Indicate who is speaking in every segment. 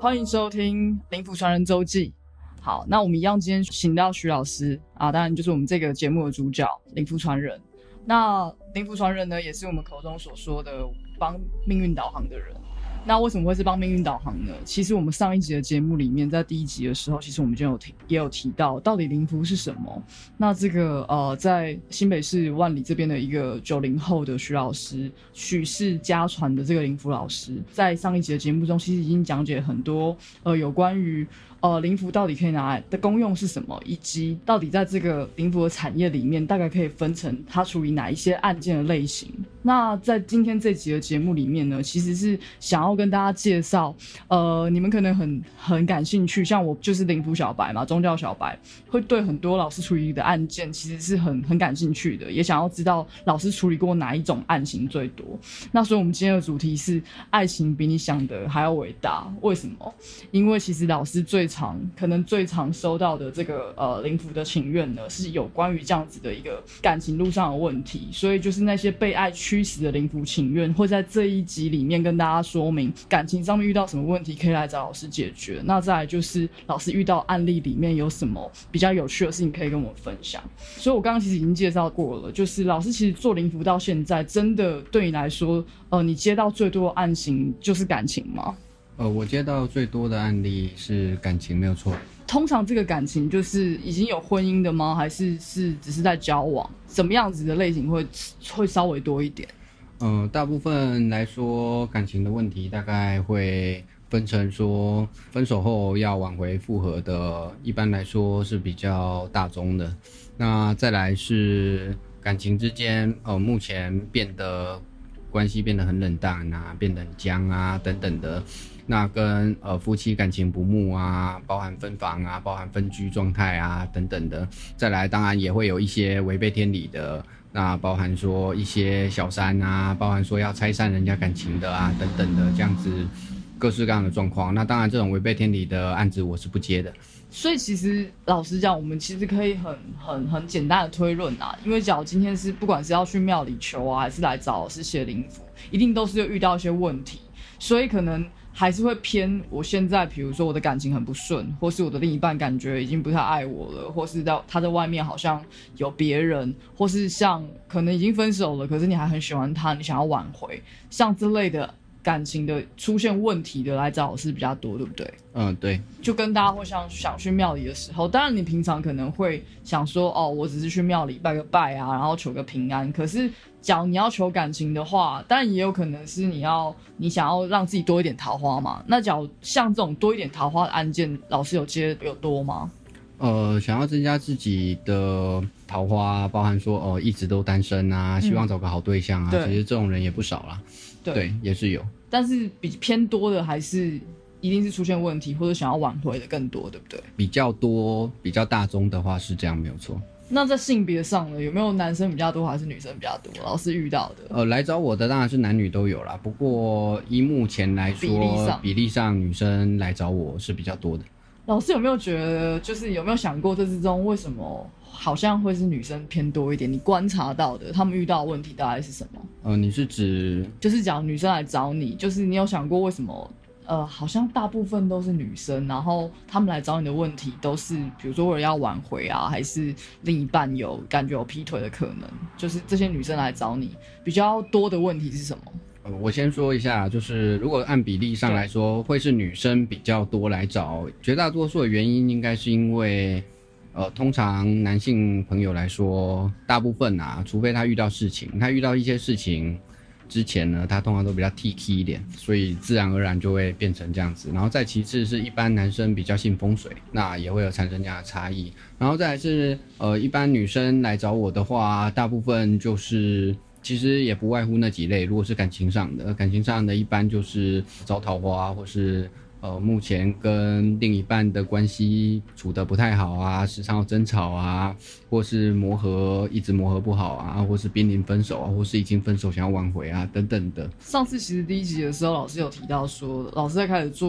Speaker 1: 欢迎收听灵符传人周记。好，那我们一样今天请到徐老师啊，当然就是我们这个节目的主角灵符传人。那灵符传人呢，也是我们口中所说的帮命运导航的人。那为什么会是帮命运导航呢？其实我们上一集的节目里面，在第一集的时候，其实我们就也有提到，到底灵符是什么。那这个在新北市万里这边的一个90后的徐老师，许氏家传的这个灵符老师，在上一集的节目中，其实已经讲解很多有关于灵符到底可以拿来的功用是什么，以及到底在这个灵符的产业里面，大概可以分成它处理哪一些案件的类型。那在今天这集的节目里面呢，其实是想要跟大家介绍，你们可能很感兴趣，像我就是灵符小白嘛，宗教小白，会对很多老师处理的案件其实是很感兴趣的，也想要知道老师处理过哪一种案型最多。那所以我们今天的主题是爱情比你想的还要伟大。为什么？因为其实老师可能最常收到的这个灵符的请愿呢，是有关于这样子的一个感情路上的问题，所以就是那些被爱驱使的灵符请愿，会在这一集里面跟大家说明感情上面遇到什么问题可以来找老师解决。那再来就是老师遇到案例里面有什么比较有趣的事情可以跟我们分享。所以我刚刚其实已经介绍过了，就是老师其实做灵符到现在，真的对你来说，你接到最多的案型就是感情吗？
Speaker 2: 我接到最多的案例是感情，没有错。
Speaker 1: 通常这个感情就是已经有婚姻的吗？还是只是在交往？什么样子的类型会稍微多一点？
Speaker 2: 大部分来说，感情的问题大概会分成说分手后要挽回复合的，一般来说是比较大宗的。那再来是感情之间，目前关系变得很冷淡啊，变得很僵啊等等的。那跟夫妻感情不睦啊，包含分房啊，包含分居状态啊等等的。再来当然也会有一些违背天理的，那包含说一些小三啊，包含说要拆散人家感情的啊等等的，这样子各式各样的状况。那当然这种违背天理的案子我是不接的。
Speaker 1: 所以其实老实讲，我们其实可以很简单的推论啊，因为假如今天是不管是要去庙里求啊，还是来找老师写灵符，一定都是有遇到一些问题，所以可能还是会偏我现在比如说我的感情很不顺，或是我的另一半感觉已经不太爱我了，或是他在外面好像有别人，或是像可能已经分手了，可是你还很喜欢他，你想要挽回，像这类的感情的出现问题的来找老师比较多，对不对？
Speaker 2: 对，
Speaker 1: 就跟大家会想去庙里的时候，当然你平常可能会想说，我只是去庙里拜个拜啊，然后求个平安。可是假如你要求感情的话，当然也有可能是你想要让自己多一点桃花嘛。那假如像这种多一点桃花的案件，老师有多吗？
Speaker 2: 想要增加自己的桃花，包含说一直都单身啊，希望找个好对象啊，其实这种人也不少啦。对，也是有。但是比偏多的还是一定是出现问题或者想要挽回的更多，对不对？ 比较多比较大宗的话是这样，没有错。
Speaker 1: 那在性别上呢，有没有男生比较多还是女生比较多？老师遇到的
Speaker 2: 来找我的当然是男女都有啦，不过以目前来说比例上女生来找我是比较多的。
Speaker 1: 老师有没有觉得，就是有没有想过这之中为什么好像会是女生偏多一点？你观察到的，他们遇到的问题大概是什么？你是指就是讲女生来找你，就是你有想过为什么？好像大部分都是女生，然后他们来找你的问题都是，比如说为了要挽回啊，还是另一半感觉有劈腿的可能，就是这些女生来找你比较多的问题是什么？
Speaker 2: 我先说一下，就是如果按比例上来说，会是女生比较多来找，绝大多数的原因应该是因为，通常男性朋友来说，大部分啊，除非他遇到一些事情之前呢，他通常都比较 T 一点，所以自然而然就会变成这样子。然后再其次是一般男生比较信风水，那也会有产生这样的差异。然后再来是一般女生来找我的话，大部分就是其实也不外乎那几类。如果是感情上的一般就是招桃花，或是目前跟另一半的关系处得不太好啊，时常有争吵啊，或是一直磨合不好啊，或是濒临分手啊，或是已经分手想要挽回啊等等的。
Speaker 1: 上次其实第一集的时候，老师有提到说，老师在开始做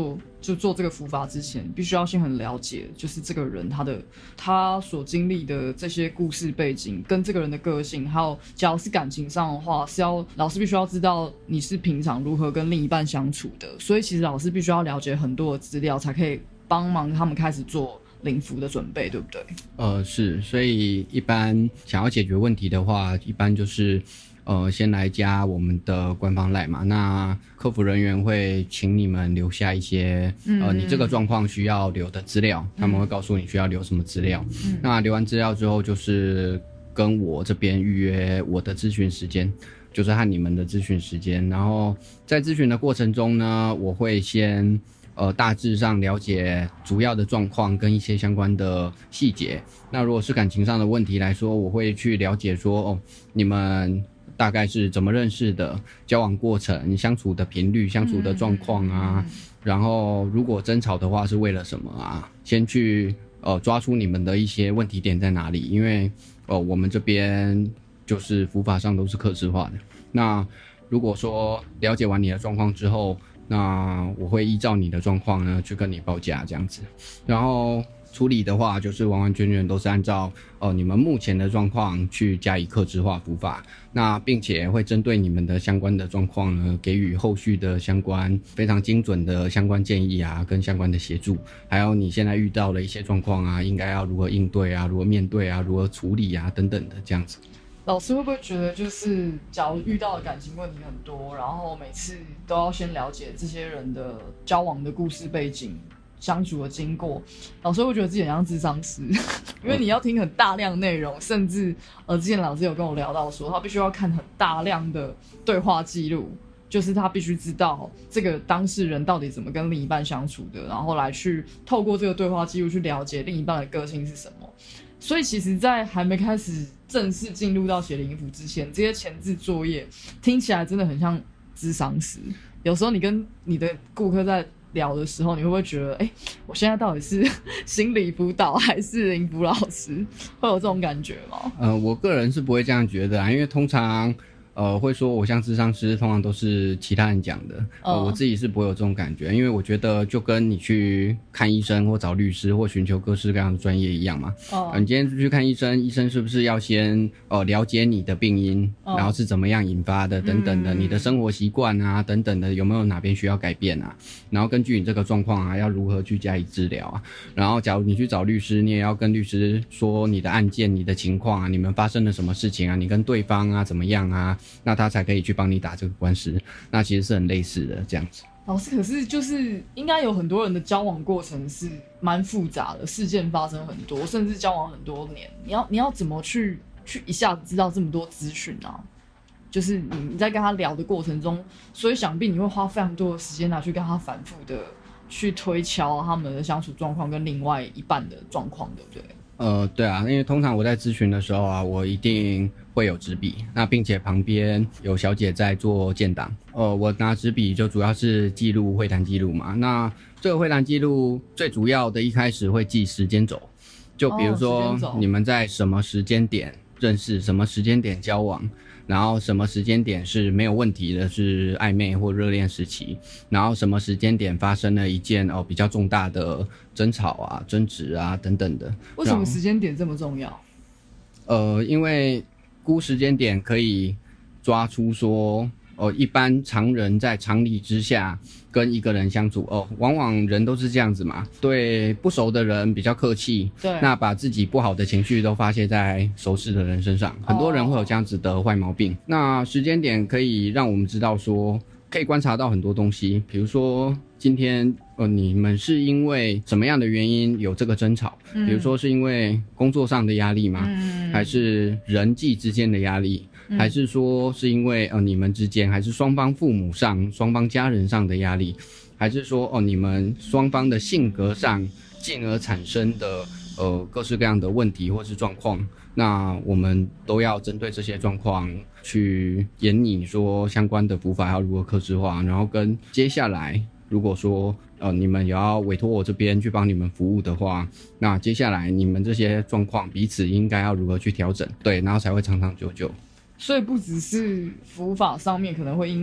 Speaker 1: 就做这个服法之前，必须要先很了解，就是这个人他所经历的这些故事背景，跟这个人的个性，还有假如是感情上的话，老师必须要知道你是平常如何跟另一半相处的。所以其实老师必须要了解很多的资料，才可以帮忙他们开始做领服的准备，对不对？
Speaker 2: 是，所以一般想要解决问题的话，一般就是先来加我们的官方 LINE 嘛，那客服人员会请你们留下一些你这个状况需要留的资料，他们会告诉你需要留什么资料。那留完资料之后，就是跟我这边预约我的咨询时间，就是和你们的咨询时间。然后在咨询的过程中呢，我会先大致上了解主要的状况跟一些相关的细节。那如果是感情上的问题来说，我会去了解说你们大概是怎么认识的，交往过程、相处的频率、相处的状况啊，然后如果争吵的话是为了什么啊？先去抓出你们的一些问题点在哪里，因为我们这边就是服法上都是客制化的。那如果说了解完你的状况之后，那我会依照你的状况呢去跟你报价这样子，然后处理的话就是完完全全都是按照你们目前的状况去加以客制化服法，那并且会针对你们的相关的状况呢给予后续的相关非常精准的相关建议啊，跟相关的协助，还有你现在遇到的一些状况啊，应该要如何应对啊，如何面对啊，如何处理啊等等的这样子。
Speaker 1: 老师会不会觉得，就是假如遇到的感情问题很多，然后每次都要先了解这些人的交往的故事背景、相处的经过，老师会觉得自己很像諮商师，因为你要听很大量内容，甚至之前老师有跟我聊到说，他必须要看很大量的对话记录，就是他必须知道这个当事人到底怎么跟另一半相处的，然后来去透过这个对话记录去了解另一半的个性是什么。所以其实在还没开始正式进入到写领服之前，这些前置作业听起来真的很像諮商师。有时候你跟你的顾客在聊的时候，你会不会觉得我现在到底是心理辅导还是领服老师，会有这种感觉吗？
Speaker 2: 我个人是不会这样觉得因为通常会说我像諮商师，通常都是其他人讲的。我自己是不会有这种感觉，因为我觉得就跟你去看医生或找律师或寻求各式各样的专业一样嘛。你今天去看医生，医生是不是要先了解你的病因，然后是怎么样引发的等等的，你的生活习惯啊等等的，有没有哪边需要改变啊？然后根据你这个状况啊，要如何去加以治疗啊？然后假如你去找律师，你也要跟律师说你的案件、你的情况啊，你们发生了什么事情啊？你跟对方啊怎么样啊？那他才可以去帮你打这个官司，那其实是很类似的这样子。
Speaker 1: 老师，可是就是应该有很多人的交往过程是蛮复杂的，事件发生很多，甚至交往很多年，你要怎么去一下子知道这么多资讯啊？就是你在跟他聊的过程中，所以想必你会花非常多的时间拿去跟他反复的去推敲他们的相处状况跟另外一半的状况，对不对？
Speaker 2: 对啊，因为通常我在咨询的时候啊，我一定会有纸笔，那并且旁边有小姐在做建档。我拿纸笔就主要是记录会谈记录嘛。那这个会谈记录最主要的一开始会记时间轴，就比如说你们在什么时间点认识，什么时间点交往，然后什么时间点是没有问题的，是暧昧或热恋时期，然后什么时间点发生了一件比较重大的争吵啊、争执啊等等的。
Speaker 1: 为什么时间点这么重要？
Speaker 2: 因为估时间点可以抓出说一般常人在常理之下跟一个人相处往往人都是这样子嘛，对不熟的人比较客气，
Speaker 1: 对，
Speaker 2: 那把自己不好的情绪都发泄在熟识的人身上，很多人会有这样子的坏毛病。那时间点可以让我们知道说，可以观察到很多东西，比如说今天你们是因为什么样的原因有这个争吵，比如说是因为工作上的压力吗？还是人际之间的压力？还是说是因为你们之间，还是双方父母上、双方家人上的压力，还是说你们双方的性格上进而产生的各式各样的问题或是状况？那我们都要针对这些状况去研拟说相关的服法要如何客制化，然后跟接下来如果说你们也要委托我这边去帮你们服务的话，那接下来你们这些状况彼此应该要如何去调整，对，然后才会长长久久。
Speaker 1: 所以不只是服法上面可能会因为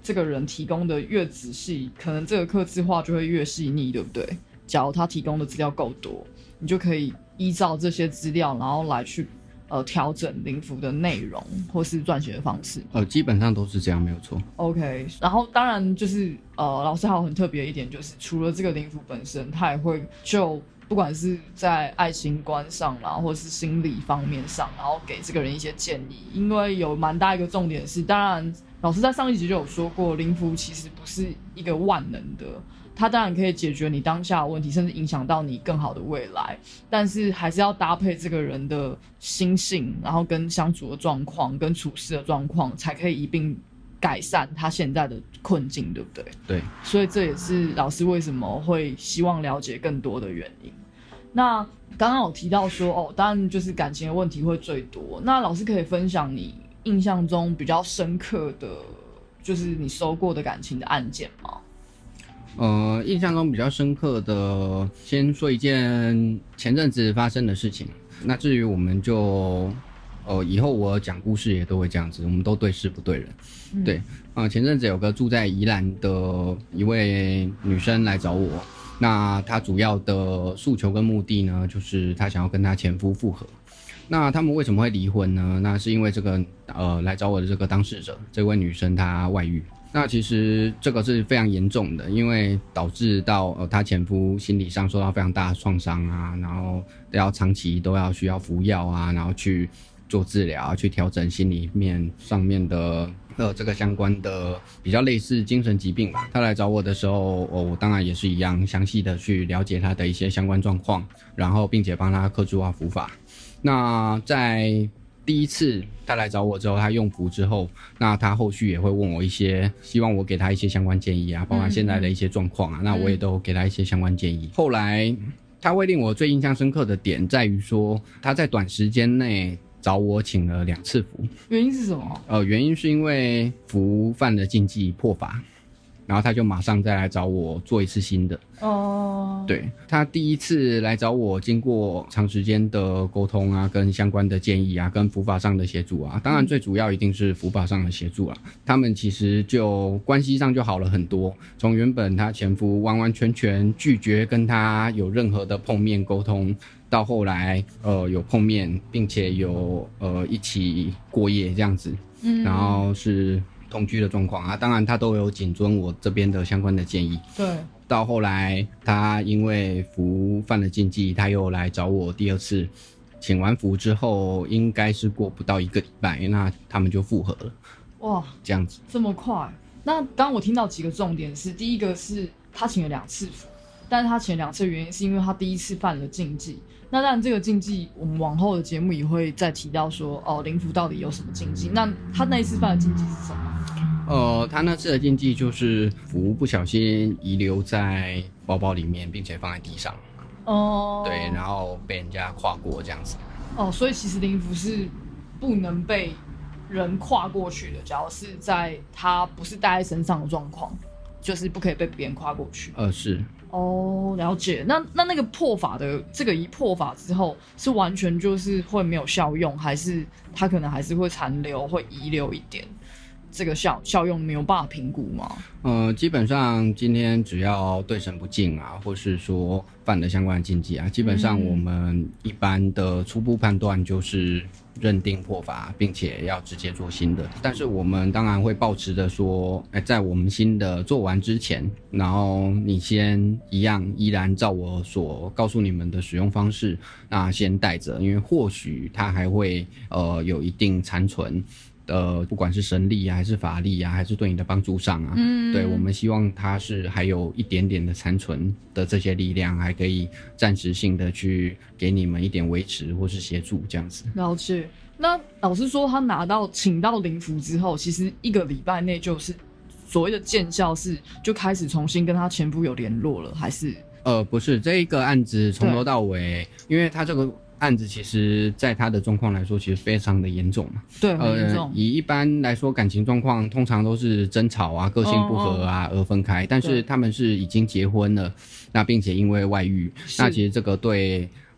Speaker 1: 这个人提供的越仔细，可能这个客制化就会越细腻，对不对？假如他提供的资料够多，你就可以依照这些资料，然后来去调整灵符的内容或是撰写的方式。
Speaker 2: 基本上都是这样，没有错。
Speaker 1: OK， 然后当然就是老师还有很特别一点，就是除了这个灵符本身，他也会就不管是在爱情观上啦，或是心理方面上，然后给这个人一些建议。因为有蛮大一个重点是，当然老师在上一集就有说过，灵符其实不是一个万能的，它当然可以解决你当下的问题，甚至影响到你更好的未来，但是还是要搭配这个人的心性，然后跟相处的状况跟处事的状况，才可以一并改善他现在的困境，对不对？
Speaker 2: 对，
Speaker 1: 所以这也是老师为什么会希望了解更多的原因。那刚刚有提到说当然就是感情的问题会最多，那老师可以分享你印象中比较深刻的就是你收过的感情的案件吗？
Speaker 2: 印象中比较深刻的，先说一件前阵子发生的事情。那至于我们就，以后我讲故事也都会这样子，我们都对事不对人。对，前阵子有个住在宜兰的一位女生来找我，那她主要的诉求跟目的呢，就是她想要跟她前夫复合。那他们为什么会离婚呢？那是因为这个来找我的这个当事者，这位女生她外遇。那其实这个是非常严重的，因为导致到她前夫心理上受到非常大的创伤啊，然后要长期都要需要服药啊，然后去做治疗，去调整心里面上面的这个相关的比较类似精神疾病吧。她来找我的时候，我当然也是一样详细的去了解她的一些相关状况，然后并且帮她客制化服法。那在第一次他来找我之后，他用符之后，那他后续也会问我一些，希望我给他一些相关建议啊，包括现在的一些状况啊，那我也都给他一些相关建议。后来他会令我最印象深刻的点在于说，他在短时间内找我请了2次符。
Speaker 1: 原因是什么？
Speaker 2: 原因是因为符犯了禁忌破法，然后他就马上再来找我做一次新的。对，他第一次来找我，经过长时间的沟通啊，跟相关的建议啊，跟符法上的协助啊，当然最主要一定是符法上的协助啦。他们其实就关系上就好了很多，从原本他前夫完完全全拒绝跟他有任何的碰面沟通，到后来有碰面，并且有一起过夜这样子，然后是同居的状况啊，当然他都有谨遵我这边的相关的建议。
Speaker 1: 对，
Speaker 2: 到后来他因为符犯了禁忌，他又来找我第2次，请完符之后应该是过不到1个礼拜，那他们就复合了。哇，这样子
Speaker 1: 这么快？那刚刚我听到几个重点是，第一个是他请了2次符，但是他请了2次的原因是因为他第一次犯了禁忌。那当然这个禁忌我们往后的节目也会再提到说灵符到底有什么禁忌。那他那一次犯的禁忌是什么？
Speaker 2: 他那次的禁忌就是符不小心遗留在包包里面，并且放在地上。对，然后被人家跨过这样子。
Speaker 1: 所以其实灵符是不能被人跨过去的，假如是在他不是带在身上的状况，就是不可以被别人跨过去。
Speaker 2: 是。
Speaker 1: 了解。那个破法的这个一破法之后，是完全就是会没有效用，还是他可能还是会残留，会遗留一点？这个效用没有办法评估吗？
Speaker 2: 基本上今天只要对神不敬啊，或是说犯了相关的禁忌啊，基本上我们一般的初步判断就是认定破法，并且要直接做新的。但是我们当然会抱持的说，在我们新的做完之前，然后你先依然照我所告诉你们的使用方式，那先带着，因为或许它还会有一定残存。不管是神力啊，还是法力啊，还是对你的帮助上啊，对，我们希望它是还有一点点的残存的这些力量，还可以暂时性的去给你们一点维持或是协助这样子。
Speaker 1: 了解。那老师说他请到灵符之后，其实1个礼拜内就是所谓的见效，是就开始重新跟他前夫有联络了，还是？
Speaker 2: 不是，这一个案子从头到尾，因为他这个案子其实在他的状况来说其实非常的严重嘛。
Speaker 1: 对，很严重。
Speaker 2: 以一般来说感情状况通常都是争吵啊，个性不合啊而分开，但是他们是已经结婚了，那并且因为外遇，那其实这个对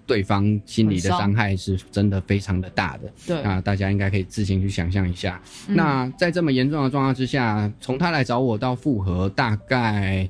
Speaker 2: 对方心理的伤害是真的非常的大的。
Speaker 1: 对，
Speaker 2: 大家应该可以自行去想象一下。那在这么严重的状况之下，从他来找我到复合大概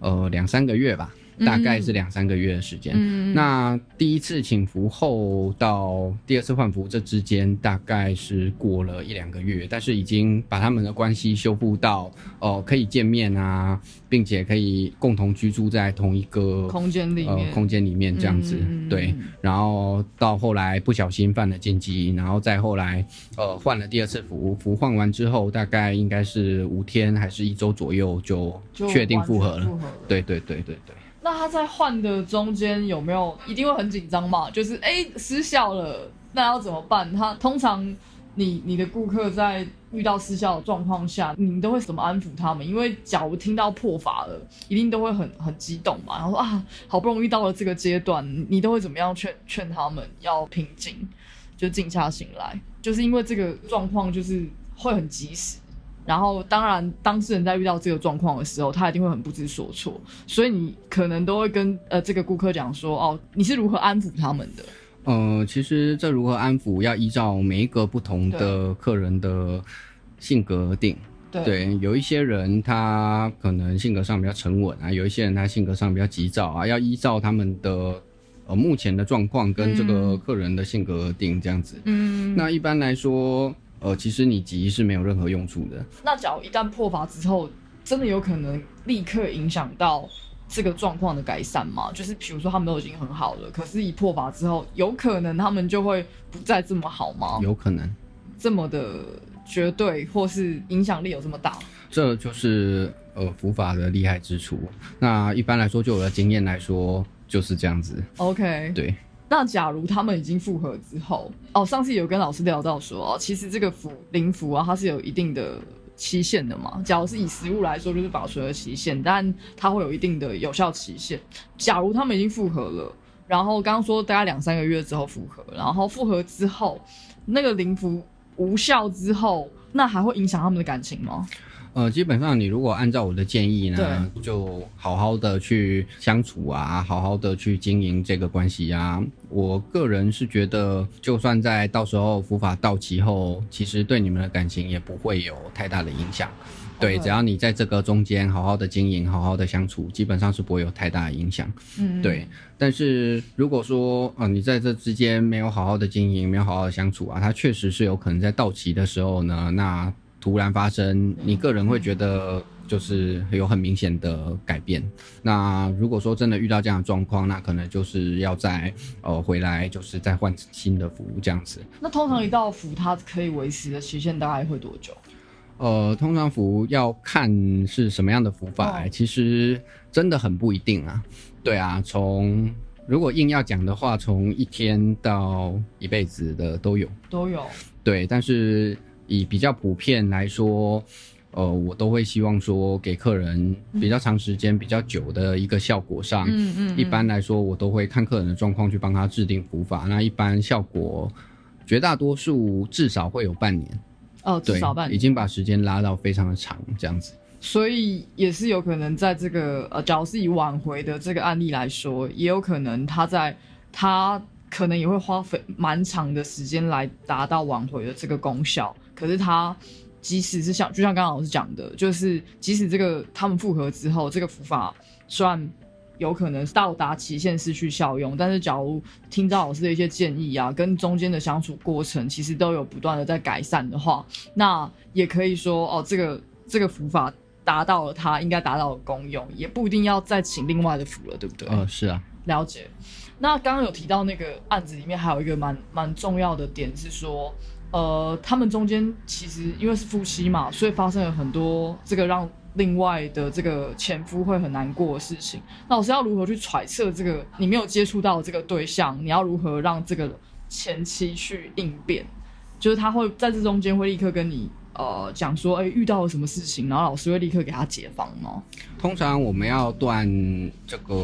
Speaker 2: 2-3个月吧。大概是2-3个月的时间。那第一次请服后到第二次换服这之间大概是过了1-2个月，但是已经把他们的关系修复到可以见面啊，并且可以共同居住在同一个
Speaker 1: 空间里面
Speaker 2: 这样子。对，然后到后来不小心犯了禁忌，然后再后来换了第二次服换完之后大概应该是5天还是1周左右就确定复合了。对。
Speaker 1: 那他在换的中间有没有一定会很紧张嘛？就是失效了，那要怎么办？他通常你的顾客在遇到失效的状况下，你都会怎么安抚他们？因为假如听到破法了，一定都会很激动嘛。然后说好不容易到了这个阶段，你都会怎么样劝他们要平静，就静下心来？就是因为这个状况就是会很及时。然后当然当事人在遇到这个状况的时候，他一定会很不知所措，所以你可能都会跟这个顾客讲说，你是如何安抚他们的？
Speaker 2: 其实这如何安抚要依照每一个不同的客人的性格而定。对，有一些人他可能性格上比较沉稳啊，有一些人他性格上比较急躁啊，要依照他们的目前的状况跟这个客人的性格而定这样子。那一般来说其实你急是没有任何用处的。
Speaker 1: 那假如一旦破法之后，真的有可能立刻影响到这个状况的改善吗？就是比如说他们都已经很好了，可是一破法之后，有可能他们就会不再这么好吗？
Speaker 2: 有可能。
Speaker 1: 这么的绝对，或是影响力有这么大？
Speaker 2: 这就是服法的厉害之处。那一般来说，就我的经验来说，就是这样子。
Speaker 1: OK，
Speaker 2: 对。
Speaker 1: 那假如他们已经复合之后，上次有跟老师聊到说，其实这个灵符啊，它是有一定的期限的嘛。假如是以食物来说，就是保存的期限，但它会有一定的有效期限。假如他们已经复合了，然后刚刚说大概2-3个月之后复合，然后复合之后，那个灵符无效之后，那还会影响他们的感情吗？
Speaker 2: 基本上你如果按照我的建议呢，就好好的去相处啊，好好的去经营这个关系啊。我个人是觉得，就算在到时候服法到期后，其实对你们的感情也不会有太大的影响。对，只要你在这个中间好好的经营，好好的相处，基本上是不会有太大的影响。对。但是如果说你在这之间没有好好的经营，没有好好的相处啊，它确实是有可能在到期的时候呢，那突然发生，你个人会觉得就是有很明显的改变。那如果说真的遇到这样的状况，那可能就是要再回来，就是再换新的服务这样子。
Speaker 1: 那通常一道服它可以维持的期限大概会多久？
Speaker 2: 通常服要看是什么样的服法，其实真的很不一定啊。对啊，如果硬要讲的话，从1天到一辈子的都有。对，但是以比较普遍来说，我都会希望说给客人比较长时间、比较久的一个效果上。一般来说，我都会看客人的状况去帮他制定服法。那一般效果，绝大多数至少会有半年。
Speaker 1: 至少半年，
Speaker 2: 已经把时间拉到非常的长，这样子。
Speaker 1: 所以也是有可能在这个假如是以挽回的这个案例来说，也有可能他可能也会花蛮长的时间来达到挽回的这个功效。可是他即使是就像刚刚老师讲的，就是即使这个他们复合之后，这个服法虽然有可能到达期限失去效用，但是假如听到老师的一些建议啊，跟中间的相处过程其实都有不断的在改善的话，那也可以说这个服法达到了它应该达到的功用，也不一定要再请另外的服了，对不对？
Speaker 2: 是啊，
Speaker 1: 了解。那刚刚有提到那个案子里面还有一个蛮重要的点是说，他们中间其实因为是夫妻嘛，所以发生了很多这个让另外的这个前夫会很难过的事情。那我是要如何去揣测这个你没有接触到的这个对象，你要如何让这个前妻去应变？就是他会在这中间会立刻跟你讲说，遇到了什么事情，然后老师会立刻给他解方吗？
Speaker 2: 通常我们要断这个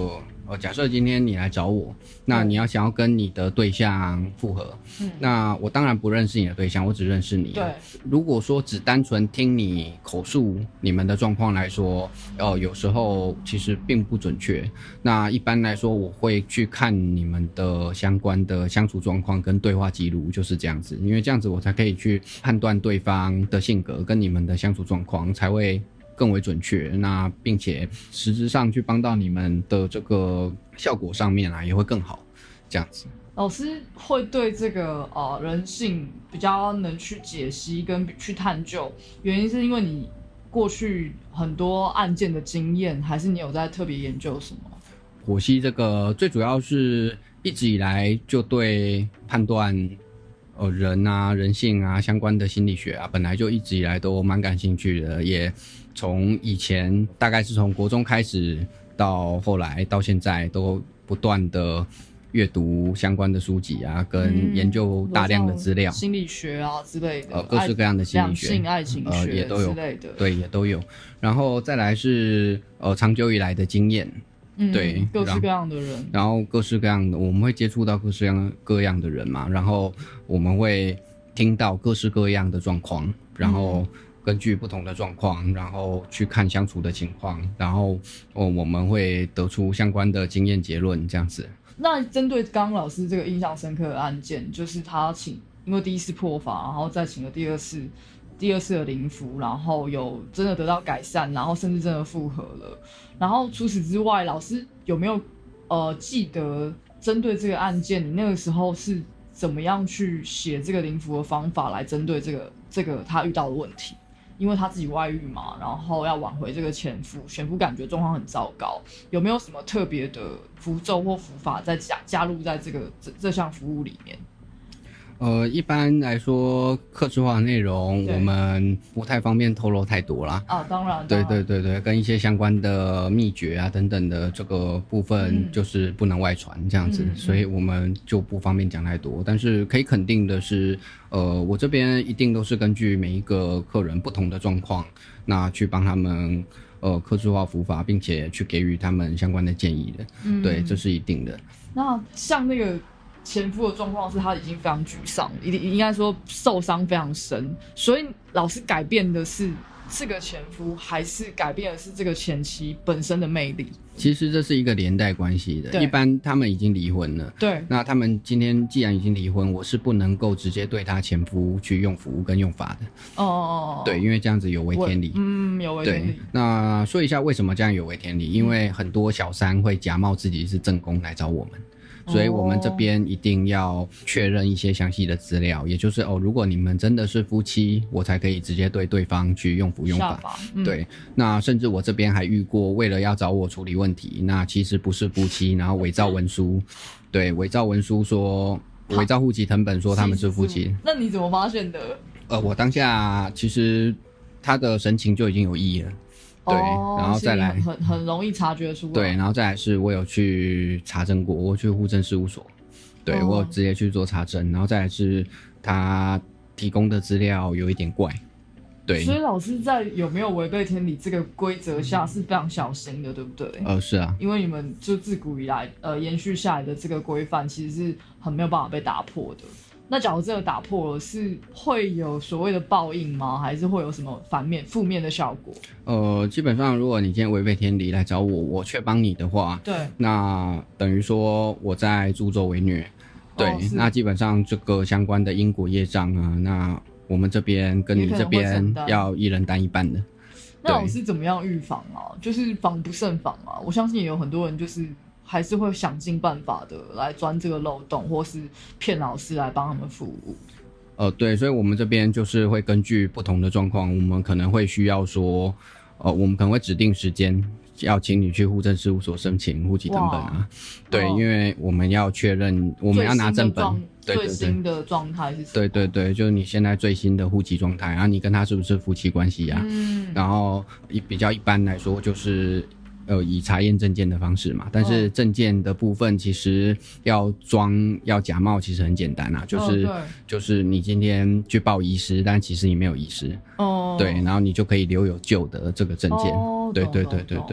Speaker 2: 假设今天你来找我，那你要想要跟你的对象复合，那我当然不认识你的对象，我只认识你。
Speaker 1: 对，
Speaker 2: 如果说只单纯听你口述你们的状况来说，有时候其实并不准确。那一般来说，我会去看你们的相关的相处状况跟对话记录，就是这样子，因为这样子我才可以去判断对方的性格跟你们的相处状况，才会更为准确，那并且实质上去帮到你们的这个效果上面也会更好，这样子。
Speaker 1: 老师会对这个人性比较能去解析跟去探究，原因是因为你过去很多案件的经验，还是你有在特别研究什么？
Speaker 2: 剖析这个最主要是一直以来就对判断人啊、人性啊相关的心理学本来就一直以来都蛮感兴趣的，也从以前大概是从国中开始，到后来到现在都不断的阅读相关的书籍跟研究大量的资料，
Speaker 1: 心理学之类的，
Speaker 2: 各式各样的心理学、
Speaker 1: 两性爱情学
Speaker 2: 也都有
Speaker 1: 之类的，
Speaker 2: 对，也都有。然后再来是长久以来的经验。对，
Speaker 1: 各式各样的人，
Speaker 2: 然后各式各样的，我们会接触到各式各样的人嘛，然后我们会听到各式各样的状况，然后根据不同的状况，然后去看相处的情况，然后我们会得出相关的经验结论，这样子。
Speaker 1: 那针对刚刚老师这个印象深刻的案件，就是他因为第一次破法，然后再请了第二次的灵符，然后有真的得到改善，然后甚至真的复合了。然后除此之外，老师有没有记得针对这个案件，你那个时候是怎么样去写这个灵符的方法来针对这个他遇到的问题？因为他自己外遇嘛，然后要挽回这个前夫感觉状况很糟糕，有没有什么特别的符咒或符法在加入在这项服务里面？
Speaker 2: 一般来说，客制化的内容我们不太方便透露太多啦。
Speaker 1: 当然。
Speaker 2: 对，跟一些相关的秘诀等等的这个部分，就是不能外传这样子，所以我们就不方便讲太多。但是可以肯定的是，我这边一定都是根据每一个客人不同的状况，那去帮他们客制化符法，并且去给予他们相关的建议的。对，这是一定的。
Speaker 1: 那像那个前夫的状况是他已经非常沮丧，应该说受伤非常深，所以老师改变的是这个前夫，还是改变的是这个前妻本身的魅力？
Speaker 2: 其实这是一个连带关系的。一般他们已经离婚了，
Speaker 1: 对，
Speaker 2: 那他们今天既然已经离婚，我是不能够直接对他前夫去用符跟用法的。对，因为这样子有违天理。
Speaker 1: 有违天理。
Speaker 2: 对，那说一下为什么这样有违天理？因为很多小三会假冒自己是正宫来找我们。所以我们这边一定要确认一些详细的资料，也就是如果你们真的是夫妻，我才可以直接对对方去用符用法。对，那甚至我这边还遇过，为了要找我处理问题，那其实不是夫妻，然后伪造文书，对，伪造文书说，伪造户籍誊本说他们是夫妻。
Speaker 1: 那你怎么发现的？
Speaker 2: 我当下其实他的神情就已经有异了。对，然后再来
Speaker 1: 很容易察觉出来。
Speaker 2: 对，然后再来是我有去查证过，我去户政事务所，对，我有直接去做查证，然后再来是他提供的资料有一点怪。对，
Speaker 1: 所以老师在有没有违背天理这个规则下是非常小心的，对不对？
Speaker 2: 是啊，
Speaker 1: 因为你们就自古以来延续下来的这个规范，其实是很没有办法被打破的。那假如这个打破了，是会有所谓的报应吗？还是会有什么负面的效果？
Speaker 2: 基本上如果你今天违背天理来找我，我却帮你的话，
Speaker 1: 对，
Speaker 2: 那等于说我在助纣为虐。对，那基本上这个相关的因果业障那我们这边跟你这边要一人担一半的。
Speaker 1: 那老师怎么样预防就是防不胜防我相信也有很多人就是还是会想尽办法的来钻这个漏洞，或是骗老师来帮他们服务。
Speaker 2: 对，所以我们这边就是会根据不同的状况，我们可能会需要说，我们可能会指定时间要请你去户政事务所申请户籍誊本对，因为我们要确认，我们要拿正本，
Speaker 1: 最新的状态是什么？
Speaker 2: 对，就是你现在最新的户籍状态你跟他是不是夫妻关系然后比较一般来说就是以查验证件的方式嘛，但是证件的部分其实要假冒其实很简单就是你今天去报遗失，但其实你没有遗失对，然后你就可以留有旧的这个证件对。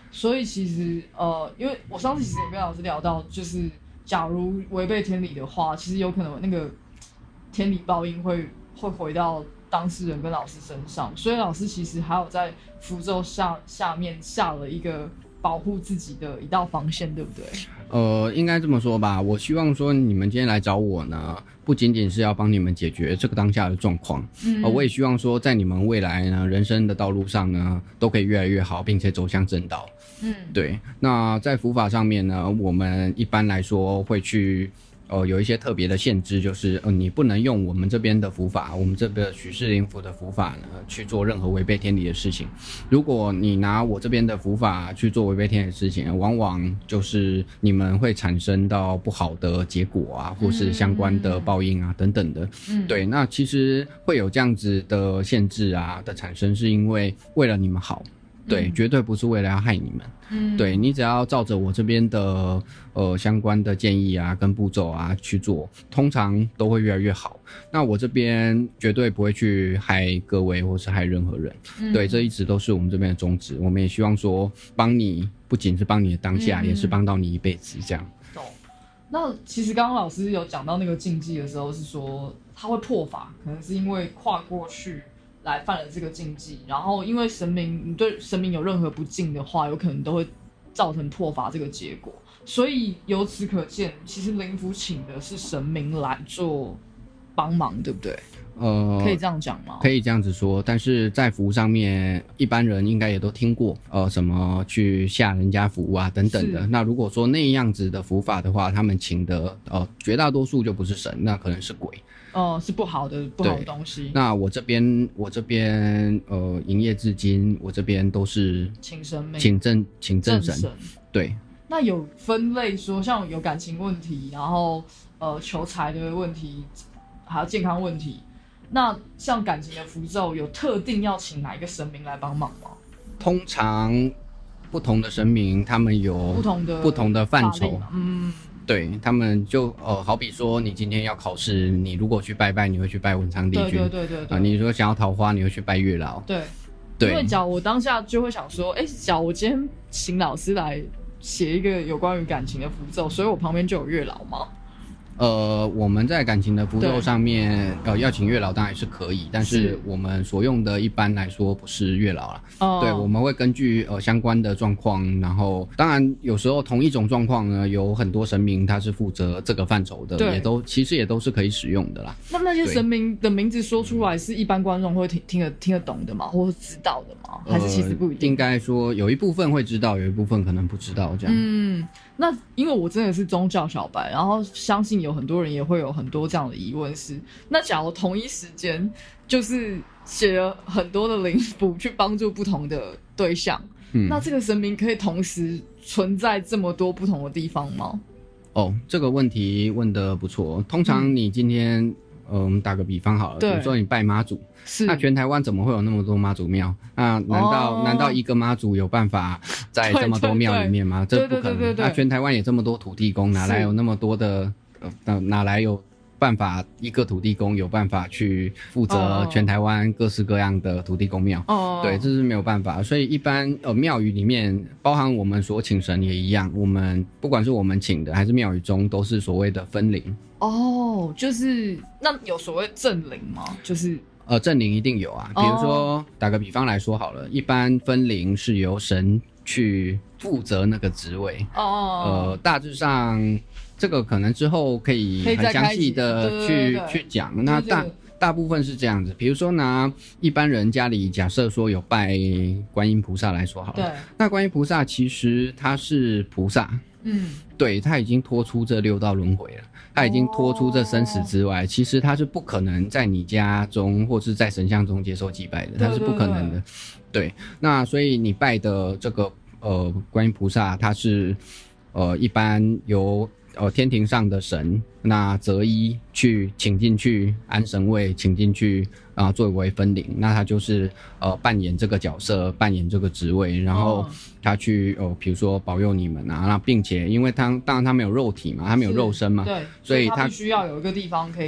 Speaker 1: 所以其实因为我上次其实有跟老师聊到，就是假如违背天理的话，其实有可能那个天理报应会回到当事人跟老师身上，所以老师其实还有在符咒下面下了一个保护自己的一道防线，对不对？
Speaker 2: 应该这么说吧。我希望说你们今天来找我呢，不仅仅是要帮你们解决这个当下的状况，我也希望说在你们未来呢人生的道路上呢，都可以越来越好，并且走向正道。对。那在符法上面呢，我们一般来说会去有一些特别的限制，就是你不能用我们这边的符法，我们这个许氏灵符的符法呢去做任何违背天理的事情。如果你拿我这边的符法去做违背天理的事情，往往就是你们会产生到不好的结果啊，或是相关的报应啊等等的。对。那其实会有这样子的限制啊的产生，是因为为了你们好。对，绝对不是为了要害你们。对，你只要照着我这边的相关的建议啊跟步骤啊去做，通常都会越来越好。那我这边绝对不会去害各位或是害任何人。对，这一直都是我们这边的宗旨。我们也希望说帮你，不仅是帮你的当下，也是帮到你一辈子这样。
Speaker 1: 懂。那其实刚刚老师有讲到那个禁忌的时候，是说他会破法，可能是因为跨过去来犯了这个禁忌，然后因为你对神明有任何不敬的话，有可能都会造成破法这个结果。所以由此可见，其实灵符请的是神明来做帮忙，对不对？可以这样讲吗？
Speaker 2: 可以这样子说，但是在符上面，一般人应该也都听过，什么去下人家符啊等等的。那如果说那样子的符法的话，他们请的绝大多数就不是神，那可能是鬼。
Speaker 1: 是不好的东西。那
Speaker 2: 我这边营业至今，我这边都是
Speaker 1: 请神明，
Speaker 2: 请正神。对。
Speaker 1: 那有分类说，像有感情问题，然后求财的问题，还有健康问题。那像感情的符咒，有特定要请哪一个神明来帮忙吗？
Speaker 2: 通常不同的神明，他们有不同的范畴。对，他们就好比说，你今天要考试，你如果去拜拜，你会去拜文昌帝君。对。你如果想要桃花，你会去拜月老。对。
Speaker 1: 因为假如我当下就会想说，假如我今天请老师来写一个有关于感情的符咒，所以我旁边就有月老吗？
Speaker 2: 我们在感情的符咒上面，要请月老当然是可以，但是我们所用的一般来说不是月老啦。对，我们会根据相关的状况，然后当然有时候同一种状况呢，有很多神明他是负责这个范畴的，其实也都是可以使用的啦。
Speaker 1: 那些神明的名字说出来，是一般观众会听得懂的吗？或是知道的吗？还是其实不一定？
Speaker 2: 应该说有一部分会知道，有一部分可能不知道这样。
Speaker 1: 那因为我真的是宗教小白，然后相信有很多人也会有很多这样的疑问是，那假如同一时间就是写了很多的灵符去帮助不同的对象，那这个神明可以同时存在这么多不同的地方吗？
Speaker 2: 这个问题问得不错。通常你今天打个比方好了，比如说你拜妈祖，那全台湾怎么会有那么多妈祖庙？那难道一个妈祖有办法在这么多庙里面吗？这不可能。那全台湾也这么多土地公，哪来有那么多的哪来有办法一个土地公有办法去负责全台湾各式各样的土地公庙？对，这是没有办法。所以一般庙宇里面，包含我们所请神也一样，我们不管是我们请的还是庙宇中，都是所谓的分灵。
Speaker 1: 就是那有所谓正灵吗？就是
Speaker 2: 正灵一定有啊。比如说打个比方来说好了，一般分灵是由神去负责那个职位。大致上这个可能之后可以很详细的去讲。那大部分是这样子。比如说拿一般人家里假设说有拜观音菩萨来说好了，那观音菩萨其实他是菩萨。对，他已经脱出这6道轮回了，他已经脱出这生死之外，其实他是不可能在你家中或是在神像中接受祭拜的，他是不可能的。对，那所以你拜的这个观音菩萨，他是一般由天庭上的神那择一去请进去安神位，请进去作为分灵，那他就是扮演这个角色，扮演这个职位，然后他去比如说保佑你们那并且因为当然他没有肉体嘛，他没有肉身嘛，
Speaker 1: 对，
Speaker 2: 所以
Speaker 1: 他必须要有一个地方可以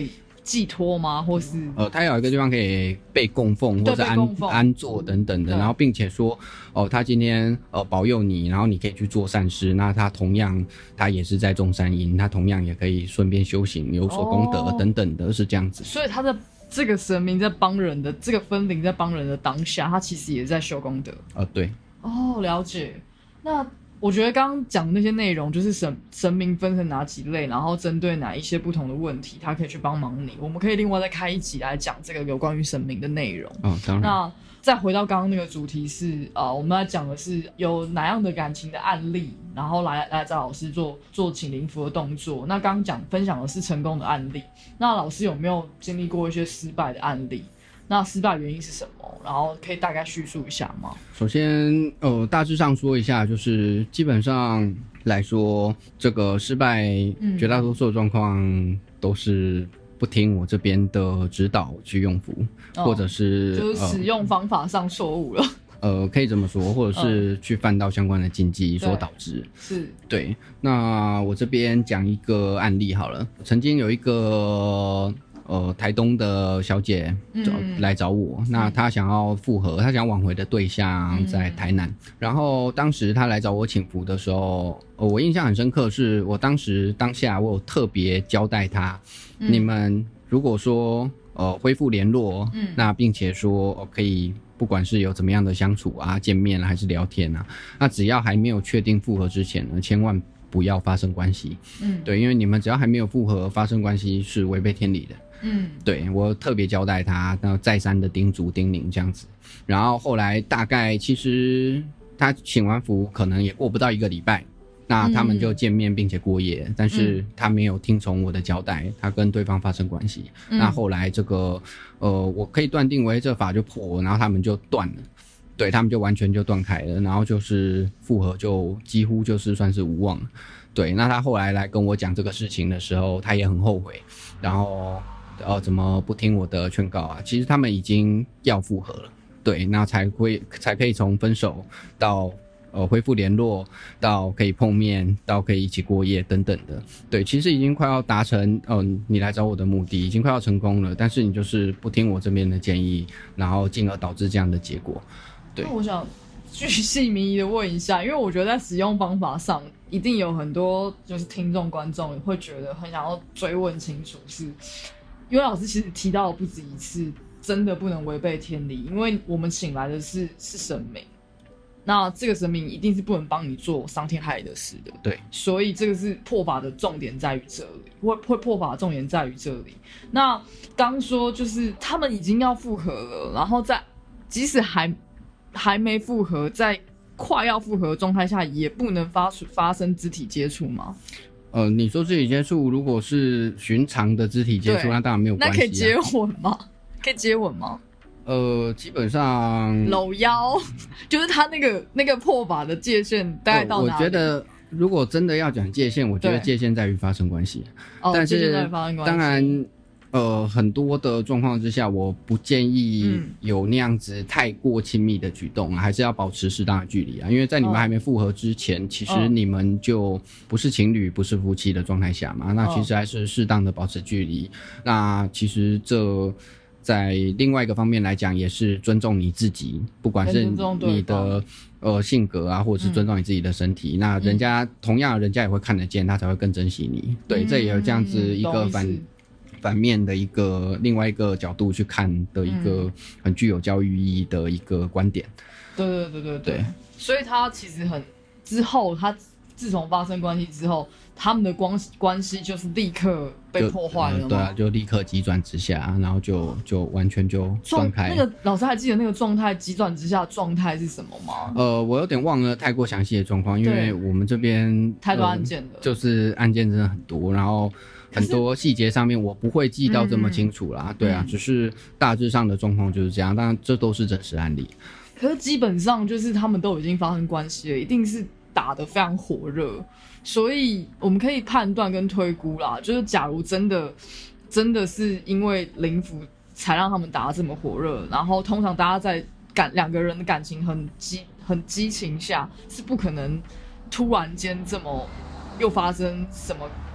Speaker 1: 寄托吗？或是
Speaker 2: 他有一个地方可以被供奉，或者安坐等等的，然后并且说他今天保佑你，然后你可以去做善事，那他同样他也是在种善因，他同样也可以顺便修行有所功德等等的，是这样子。
Speaker 1: 所以他的这个神明在帮人的，这个分灵在帮人的当下，他其实也在修功德。
Speaker 2: 对。
Speaker 1: 了解。那我觉得刚刚讲的那些内容，就是神明分成哪几类，然后针对哪一些不同的问题，他可以去帮忙你。我们可以另外再开一集来讲这个有关于神明的内容。
Speaker 2: 当然。
Speaker 1: 那再回到刚刚那个主题是我们来讲的是有哪样的感情的案例，然后来找老师做请灵符的动作。那刚刚分享的是成功的案例，那老师有没有经历过一些失败的案例？那失败原因是什么？然后可以大概叙述一下吗？
Speaker 2: 首先，大致上说一下，就是基本上来说，这个失败绝大多数的状况都是不听我这边的指导去用符，或者是
Speaker 1: 就是使用方法上错误了。
Speaker 2: 可以这么说，或者是去犯到相关的禁忌所导致。
Speaker 1: 是。
Speaker 2: 对。那我这边讲一个案例好了，曾经有一个台东的小姐来找我，那她想要复合，她想挽回的对象在台南，然后当时她来找我请符的时候，我印象很深刻，是我当下我有特别交代她，你们如果说恢复联络，那并且说可以不管是有怎么样的相处啊，见面还是聊天啊，那只要还没有确定复合之前呢，千万不要发生关系。对，因为你们只要还没有复合，发生关系是违背天理的。对，我特别交代他，然后再三的叮嘱叮咛这样子。然后后来大概其实他请完符可能也过不到1个礼拜，那他们就见面并且过夜，但是他没有听从我的交代，他跟对方发生关系。那后来这个我可以断定为这法就破，然后他们就断了。对，他们就完全就断开了，然后就是复合就几乎就是算是无望了。对，那他后来来跟我讲这个事情的时候，他也很后悔，然后怎么不听我的劝告啊？其实他们已经要复合了，对，那才可以从分手到恢复联络，到可以碰面，到可以一起过夜等等的。对，其实已经快要达成你来找我的目的，已经快要成功了，但是你就是不听我这边的建议，然后进而导致这样的结果。对，
Speaker 1: 那我想巨细靡遗的问一下，因为我觉得在使用方法上，一定有很多就是听众观众会觉得很想要追问清楚，是因为老师其实提到了不止一次，真的不能违背天理，因为我们请来的是神明，那这个神明一定是不能帮你做伤天害理的事的。
Speaker 2: 对，
Speaker 1: 所以这个是破法的重点在于这里，会破法的重点在于这里。那刚说就是他们已经要复合了，然后即使还没复合，在快要复合的状态下，也不能发生肢体接触吗？
Speaker 2: 你说肢体接触，如果是寻常的肢体接触，那当然没有关系。
Speaker 1: 那可以接吻吗？可以接吻吗？
Speaker 2: 基本上
Speaker 1: 搂腰，就是他那个破法的界限大概到哪里？
Speaker 2: 我觉得如果真的要讲界限，我觉得界限在于发生关系。但是当然。很多的状况之下，我不建议有那样子太过亲密的举动还是要保持适当的距离啊。因为在你们还没复合之前，其实你们就不是情侣、不是夫妻的状态下嘛，那其实还是适当的保持距离。那其实这在另外一个方面来讲，也是尊重你自己，不管是你的性格啊，或者是尊重你自己的身体。那人家同样人家也会看得见，他才会更珍惜你。对，这也有这样子一个反面的另外一个角度去看的一个很具有教育意义的一个观点。
Speaker 1: 对，所以他其实他自从发生关系之后，他们的关系就是立刻被破坏了吗？
Speaker 2: 对啊，就立刻急转直下，然后就完全就断开。
Speaker 1: 那个老师还记得那个状态急转直下的状态是什么吗？
Speaker 2: 我有点忘了太过详细的状况，因为我们这边
Speaker 1: 太多案件了，
Speaker 2: 就是案件真的很多，然后很多细节上面我不会记到这么清楚啦。对啊，只是大致上的状况就是这样，当然这都是真实案例。
Speaker 1: 可是基本上就是他们都已经发生关系了，一定是打得非常火热，所以我们可以判断跟推估啦，就是假如真的是因为灵符才让他们打得这么火热，然后通常大家在两个人的感情很激情下，是不可能突然间这么又发生什么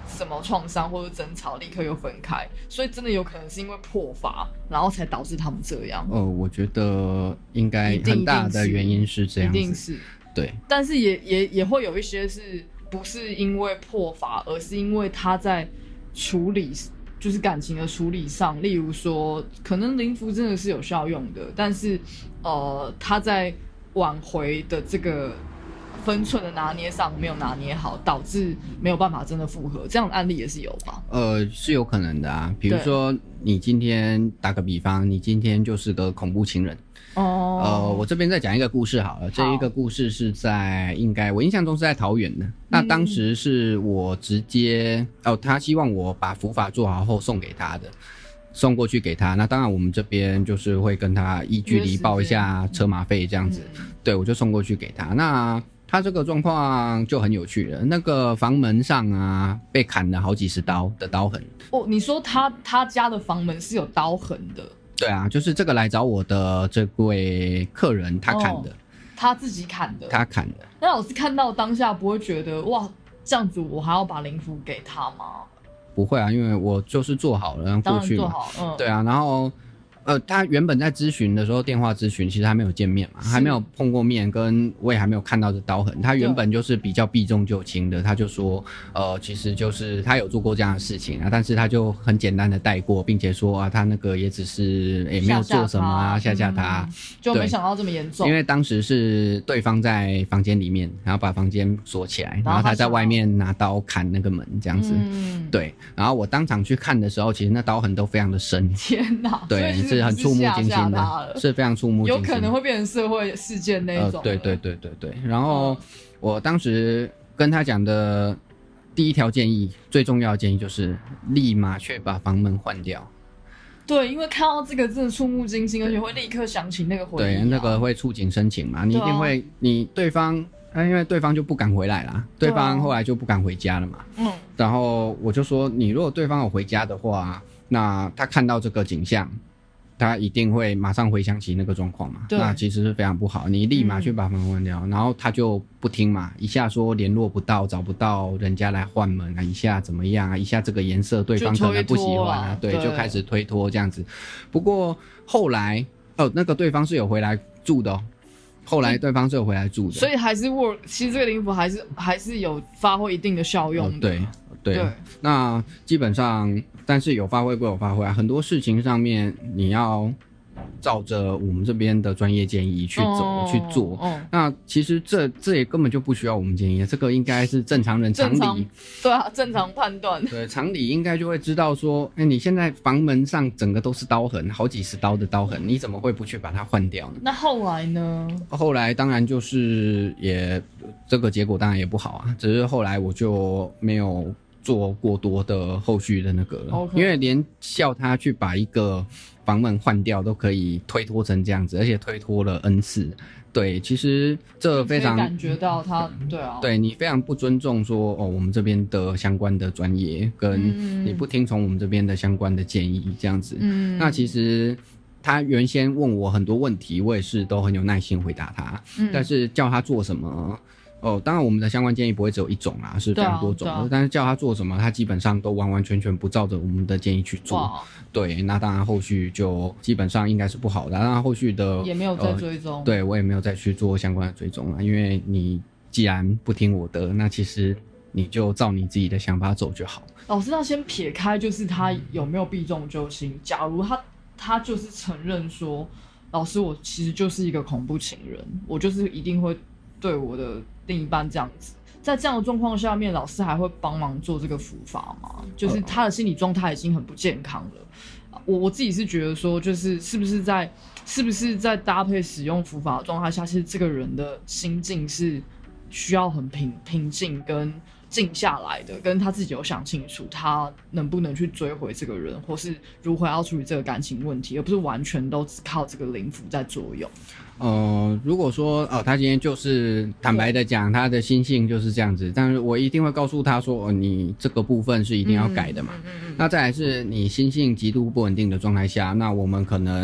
Speaker 1: 什么创伤或者争吵，立刻又分开，所以真的有可能是因为破法，然后才导致他们这样。
Speaker 2: 我觉得应该很大的原因是这样子，
Speaker 1: 一定是
Speaker 2: 对，
Speaker 1: 但是也会有一些是不是因为破法，而是因为他在处理，就是感情的处理上，例如说，可能灵符真的是有效用的，但是他在挽回的这个分寸的拿捏上没有拿捏好，导致没有办法真的复合，这样的案例也是有吧？
Speaker 2: 是有可能的啊。比如说，你今天打个比方，你今天就是个恐怖情人。我这边再讲一个故事好了。这一个故事是在我印象中是在桃园的。那当时是我直接他希望我把符法做好后送给他的，送过去给他。那当然我们这边就是会跟他依距离报一下车马费这样子。对，我就送过去给他。那他这个状况就很有趣了，那个房门上啊被砍了好几十刀的刀痕。
Speaker 1: 你说他家的房门是有刀痕的？
Speaker 2: 对啊，就是这个来找我的这位客人他砍的。
Speaker 1: 他自己砍的？他
Speaker 2: 砍的。
Speaker 1: 那老师看到当下不会觉得哇，这样子我还要把灵符给他吗？
Speaker 2: 不会啊，因为我就是做好了过去嘛。
Speaker 1: 当然做好，
Speaker 2: 对啊，然后他原本在咨询的时候，电话咨询其实还没有见面嘛，还没有碰过面，跟我也还没有看到这刀痕。他原本就是比较避重就轻的，他就说，其实就是他有做过这样的事情啊，但是他就很简单的带过，并且说啊，他那个也只是没有做什么啊，吓他，
Speaker 1: 就没想到这么严重。
Speaker 2: 因为当时是对方在房间里面，然后把房间锁起来，然后他在外面拿刀砍那个门这样子。对，然后我当场去看的时候，其实那刀痕都非常的深。
Speaker 1: 天哪！
Speaker 2: 对，是很触目惊心的，是非常触目惊心，
Speaker 1: 有可能会变成社会事件那一种。
Speaker 2: 对。然后我当时跟他讲的第一条建议，最重要的建议就是立马去把房门换掉。
Speaker 1: 对，因为看到这个真的触目惊心，而且会立刻想起那个回忆。
Speaker 2: 对，那个会触景生情嘛，你一定会，你对方，因为对方就不敢回来啦，对方后来就不敢回家了嘛。然后我就说，你如果对方有回家的话，那他看到这个景象，他一定会马上回想起那个状况嘛，那其实是非常不好。你立马去把房换掉，然后他就不听嘛，一下说联络不到，找不到人家来换门啊，一下怎么样啊，一下这个颜色对方可能不喜欢啊，对，就开始推脱这样子。不过后来那个对方是有回来住的后来对方是有回来住的，
Speaker 1: 所以还是 work。其实这个灵符还是有发挥一定的效用的。
Speaker 2: 对，那基本上，但是有发挥归有发挥啊，很多事情上面你要照着我们这边的专业建议去走去做。那其实这也根本就不需要我们建议，这个应该是正常人常理。
Speaker 1: 对啊，正常判断。
Speaker 2: 对，常理应该就会知道说，你现在房门上整个都是刀痕，好几十刀的刀痕，你怎么会不去把它换掉呢？
Speaker 1: 那后来呢？
Speaker 2: 后来当然就是这个结果当然也不好啊，只是后来我就没有做过多的后续的那个了，因为连叫他去把一个房门换掉都可以推脱成这样子，而且推脱了 N 次。对，其实这非常
Speaker 1: 感觉到他，对啊，
Speaker 2: 对你非常不尊重说我们这边的相关的专业，跟你不听从我们这边的相关的建议这样子。那其实他原先问我很多问题，我也是都很有耐心回答他，但是叫他做什么。当然我们的相关建议不会只有一种啦，是非常多种的，但是叫他做什么，他基本上都完完全全不照着我们的建议去做。对，那当然后续就基本上应该是不好的，当然后续的
Speaker 1: 也没有再追踪。
Speaker 2: 对，我也没有再去做相关的追踪了，因为你既然不听我的，那其实你就照你自己的想法走就好。
Speaker 1: 老师，那先撇开就是他有没有避重就轻，假如他就是承认说，老师我其实就是一个恐怖情人，我就是一定会对我的另一半这样子，在这样的状况下面，老师还会帮忙做这个符法吗？就是他的心理状态已经很不健康了。我自己是觉得说，就是是不是在搭配使用符法的状态下，其实这个人的心境是需要很平静跟静下来的，跟他自己有想清楚，他能不能去追回这个人，或是如何要处理这个感情问题，而不是完全都只靠这个灵符在作用。
Speaker 2: 如果说他今天就是坦白的讲，他的心性就是这样子，但是我一定会告诉他说，你这个部分是一定要改的嘛。那再来是你心性极度不稳定的状态下，那我们可能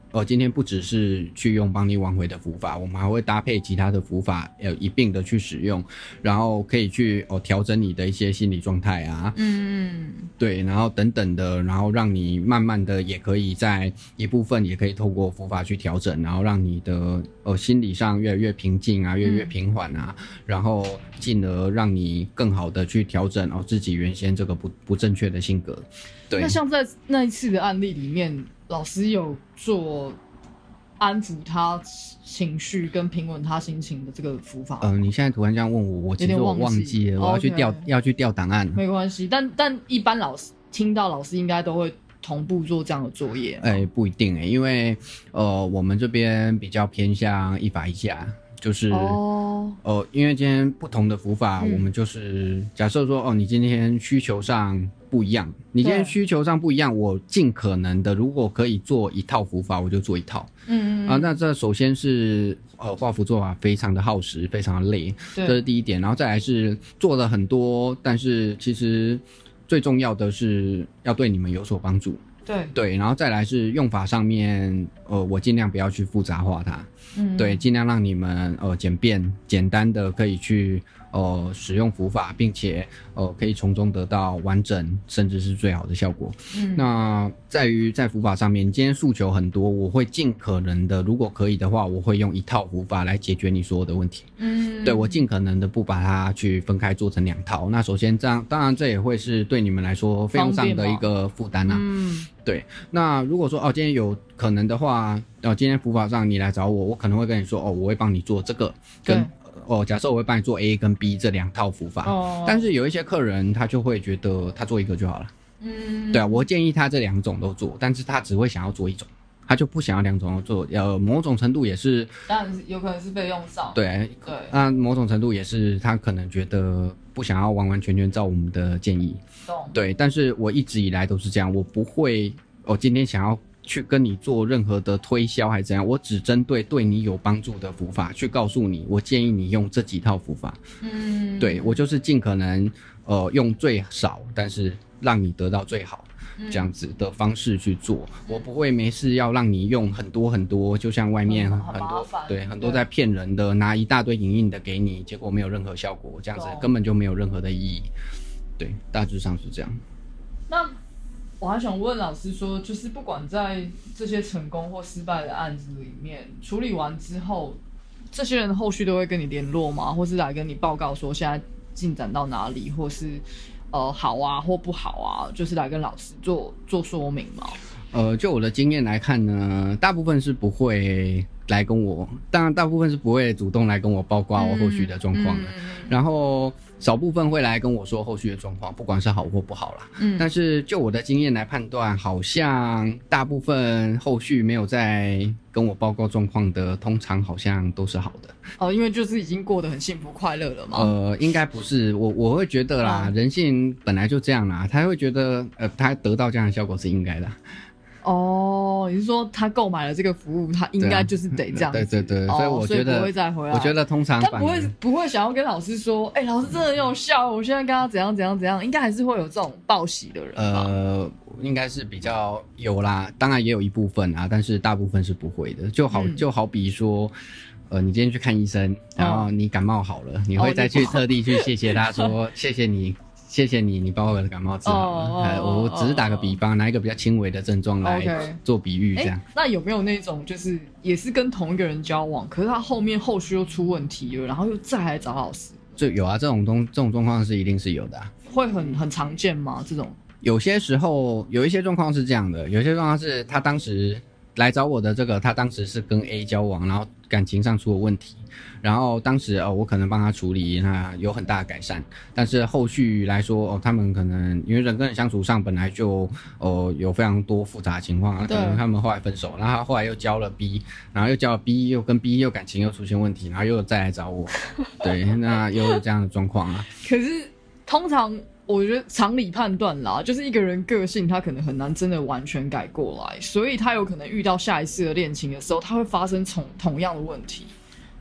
Speaker 2: 今天不只是去用帮你挽回的符法，我们还会搭配其他的符法一并的去使用，然后可以去调整你的一些心理状态啊，对，然后等等的，然后让你慢慢的也可以在一部分也可以透过符法去调整，然后让你的心理上越来越平静啊，越来越平缓啊，然后进而让你更好的去调整自己原先这个不正确的性格。对，
Speaker 1: 那像在那一次的案例里面，老师有做安抚他情绪跟平稳他心情的这个符法。
Speaker 2: 你现在突然这样问我其实我忘记了，我要去调档案。
Speaker 1: 没关系，但一般老师听到老师应该都会同步做这样的作业。
Speaker 2: 不一定因为我们这边比较偏向一法一价。就是因为今天不同的符法，我们就是假设说你今天需求上不一样，你今天需求上不一样，我尽可能的如果可以做一套符法我就做一套。那这首先是画符做法非常的耗时，非常的累，这是第一点。然后再来是做了很多，但是其实最重要的是要对你们有所帮助。对，然后再来是用法上面，我尽量不要去复杂化它，对，尽量让你们简便简单的可以去使用符法，并且可以从中得到完整甚至是最好的效果。那在于在符法上面，今天诉求很多，我会尽可能的，如果可以的话，我会用一套符法来解决你所有的问题。对，我尽可能的不把它去分开做成2套。那首先这样，当然这也会是对你们来说费用上的一个负担啊。对，那如果说今天有可能的话，今天符法上你来找我，我可能会跟你说我会帮你做这个跟假设我会帮你做 A 跟 B 这2套符法。但是有一些客人他就会觉得他做一个就好了。对啊，我建议他这2种都做，但是他只会想要做一种，他就不想要2种都做。某种程度也是，
Speaker 1: 当然有可能是费用上。
Speaker 2: 对，那某种程度也是他可能觉得不想要完完全全照我们的建议。对，但是我一直以来都是这样，我不会今天想要去跟你做任何的推销还是怎样，我只针对对你有帮助的符法去告诉你，我建议你用这几套符法。对，我就是尽可能用最少但是让你得到最好这样子的方式去做。我不会没事要让你用很多很多，就像外面很多很多在骗人的，拿一大堆影印的给你，结果没有任何效果，这样子根本就没有任何的意义。对，大致上是这样。
Speaker 1: 那我还想问老师说，就是不管在这些成功或失败的案子里面处理完之后，这些人后续都会跟你联络吗？或是来跟你报告说现在进展到哪里，或是好啊或不好啊，就是来跟老师做说明吗？
Speaker 2: 就我的经验来看呢，大部分是不会来跟我，当然大部分是不会主动来跟我报告我后续的状况的。然后少部分会来跟我说后续的状况，不管是好或不好啦。但是就我的经验来判断，好像大部分后续没有在跟我报告状况的，通常好像都是好的。
Speaker 1: 因为就是已经过得很幸福快乐了嘛。
Speaker 2: 应该不是，我会觉得啦，人性本来就这样啦，他会觉得他得到这样的效果是应该的。
Speaker 1: 你是说他购买了这个服务，他应该就是得这样子。
Speaker 2: 对，所以我觉得
Speaker 1: 不会再回来。
Speaker 2: 我觉得通常
Speaker 1: 他不会想要跟老师说，老师真的很有效，我现在跟他怎样，应该还是会有这种报喜的人吧。
Speaker 2: 应该是比较有啦，当然也有一部分啊，但是大部分是不会的。就好比说你今天去看医生，然后你感冒好了，你会再去特地去谢谢他说谢谢你，你把我的感冒治好了。我只是打个比方，拿一个比较轻微的症状来做比喻，这样。
Speaker 1: 那有没有那种就是也是跟同一个人交往，可是他后续又出问题了，然后又再来找老师？
Speaker 2: 就有啊，这种状况是一定是有的啊。
Speaker 1: 会很常见吗？这种？
Speaker 2: 有些时候有一些状况是这样的，有些状况是他当时来找我的他当时是跟 A 交往，然后感情上出了问题，然后当时我可能帮他处理，那有很大的改善，但是后续来说他们可能因为人跟人相处上本来就有非常多复杂的情况，可能他们后来分手，然后他后来又交了 B， 然后又交了 B， 又跟 B 又感情又出现问题，然后又再来找我。对，那又有这样的状况啊。
Speaker 1: 可是通常我觉得常理判断啦，就是一个人个性他可能很难真的完全改过来，所以他有可能遇到下一次的恋情的时候，他会发生同样的问题。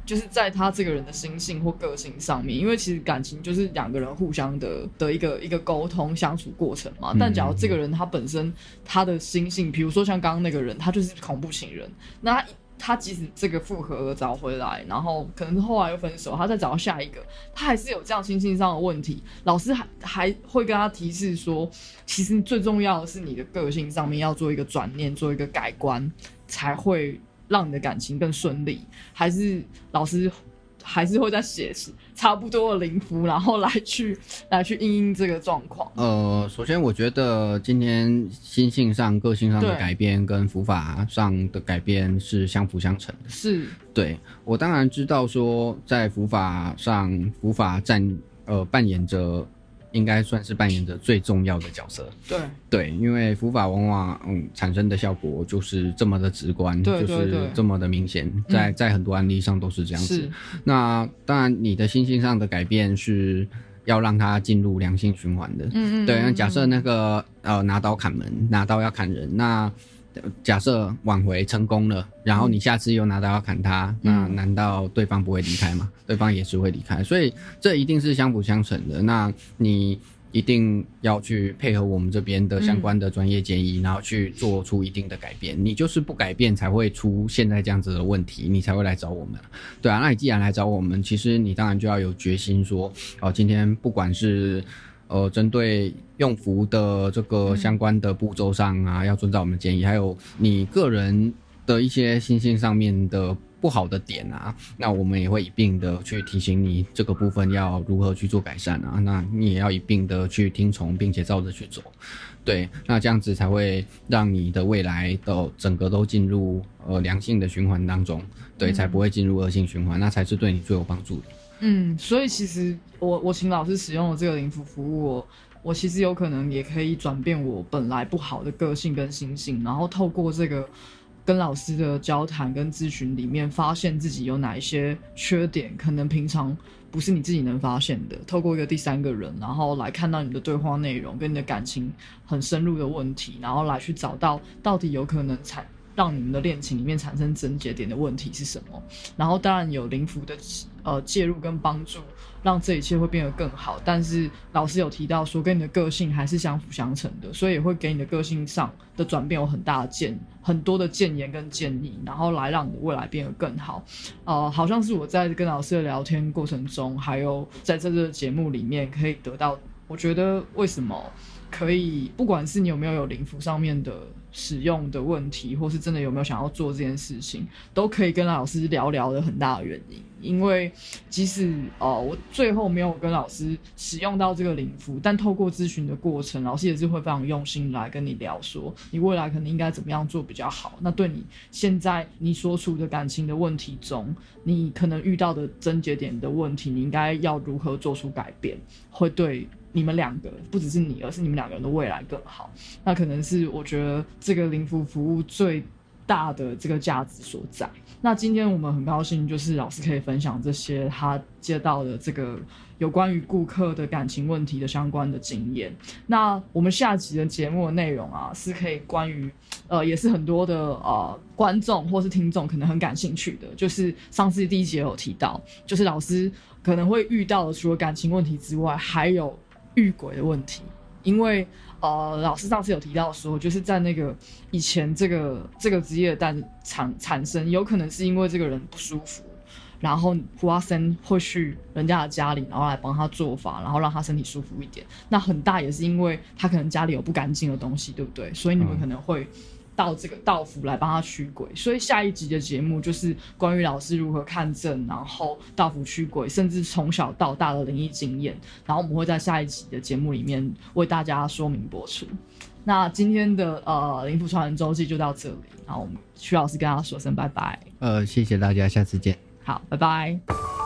Speaker 1: 就是在他这个人的心性或个性上面，因为其实感情就是两个人互相的一个沟通相处过程嘛。但假如这个人他本身他的心性，比如说像刚刚那个人，他就是恐怖情人，那他即使这个复合找回来，然后可能是后来又分手，他再找到下一个，他还是有这样心性上的问题。老师还会跟他提示说，其实最重要的是你的个性上面要做一个转念，做一个改观，才会让你的感情更顺利。还是老师还是会再写差不多的灵符，然后来去因应这个状况。
Speaker 2: 首先我觉得今天心性上、个性上的改变跟符法上的改变是相辅相成的。
Speaker 1: 是，
Speaker 2: 对，我当然知道说在符法上，符法扮演着。应该算是扮演着最重要的角色。对，因为符法往往产生的效果就是这么的直观，就是这么的明显，在很多案例上都是这样子。那当然，你的心性上的改变是要让它进入良性循环的。对。那假设那个拿刀砍门，拿刀要砍人，那假设挽回成功了，然后你下次又拿刀要砍他，那难道对方不会离开吗？对方也是会离开，所以这一定是相辅相成的。那你一定要去配合我们这边的相关的专业建议，然后去做出一定的改变。你就是不改变才会出现在这样子的问题，你才会来找我们。对啊，那你既然来找我们，其实你当然就要有决心说，今天不管是针对用符的这个相关的步骤上啊，要遵照我们的建议，还有你个人的一些心性上面的不好的点啊，那我们也会一并的去提醒你这个部分要如何去做改善啊，那你也要一并的去听从，并且照着去走。对，那这样子才会让你的未来的整个都进入良性的循环当中，对，才不会进入恶性循环，那才是对你最有帮助的。
Speaker 1: 所以其实我请老师使用了这个灵符服务，我其实有可能也可以转变我本来不好的个性跟心性，然后透过这个跟老师的交谈跟咨询里面，发现自己有哪一些缺点，可能平常不是你自己能发现的。透过一个第三个人，然后来看到你的对话内容跟你的感情很深入的问题，然后来去找到底有可能让你们的恋情里面产生症结点的问题是什么，然后当然有灵符的介入跟帮助，让这一切会变得更好。但是老师有提到说，跟你的个性还是相辅相成的，所以也会给你的个性上的转变有很多的建言跟建议，然后来让你的未来变得更好。好像是我在跟老师的聊天过程中，还有在这个节目里面可以得到，我觉得为什么可以，不管是你有没有灵符上面的使用的问题，或是真的有没有想要做这件事情，都可以跟老师聊聊的很大的原因。因为即使我最后没有跟老师使用到这个灵符，但透过咨询的过程，老师也是会非常用心来跟你聊说，你未来可能应该怎么样做比较好。那对你现在你所处的感情的问题中，你可能遇到的症结点的问题，你应该要如何做出改变，会对你们两个，不只是你，而是你们两个人的未来更好。那可能是我觉得这个灵符服务最大的这个价值所在。那今天我们很高兴，就是老师可以分享这些他接到的这个有关于顾客的感情问题的相关的经验。那我们下集的节目的内容啊，是可以关于也是很多的观众或是听众可能很感兴趣的，就是上次第一节有提到，就是老师可能会遇到的，除了感情问题之外，还有遇鬼的问题。因为老师上次有提到说，就是在那个以前这个职业的产生，有可能是因为这个人不舒服，然后胡阿森会去人家的家里，然后来帮他做法，然后让他身体舒服一点。那很大也是因为他可能家里有不干净的东西，对不对？所以你们可能会到这个道府来帮他驱鬼。所以下一集的节目就是关于老师如何看症，然后道府驱鬼，甚至从小到大的灵异经验，然后我们会在下一集的节目里面为大家说明播出。那今天的灵符传人周记就到这里，然后我们徐老师跟大家说声拜拜。
Speaker 2: 谢谢大家，下次见。
Speaker 1: 好，拜拜。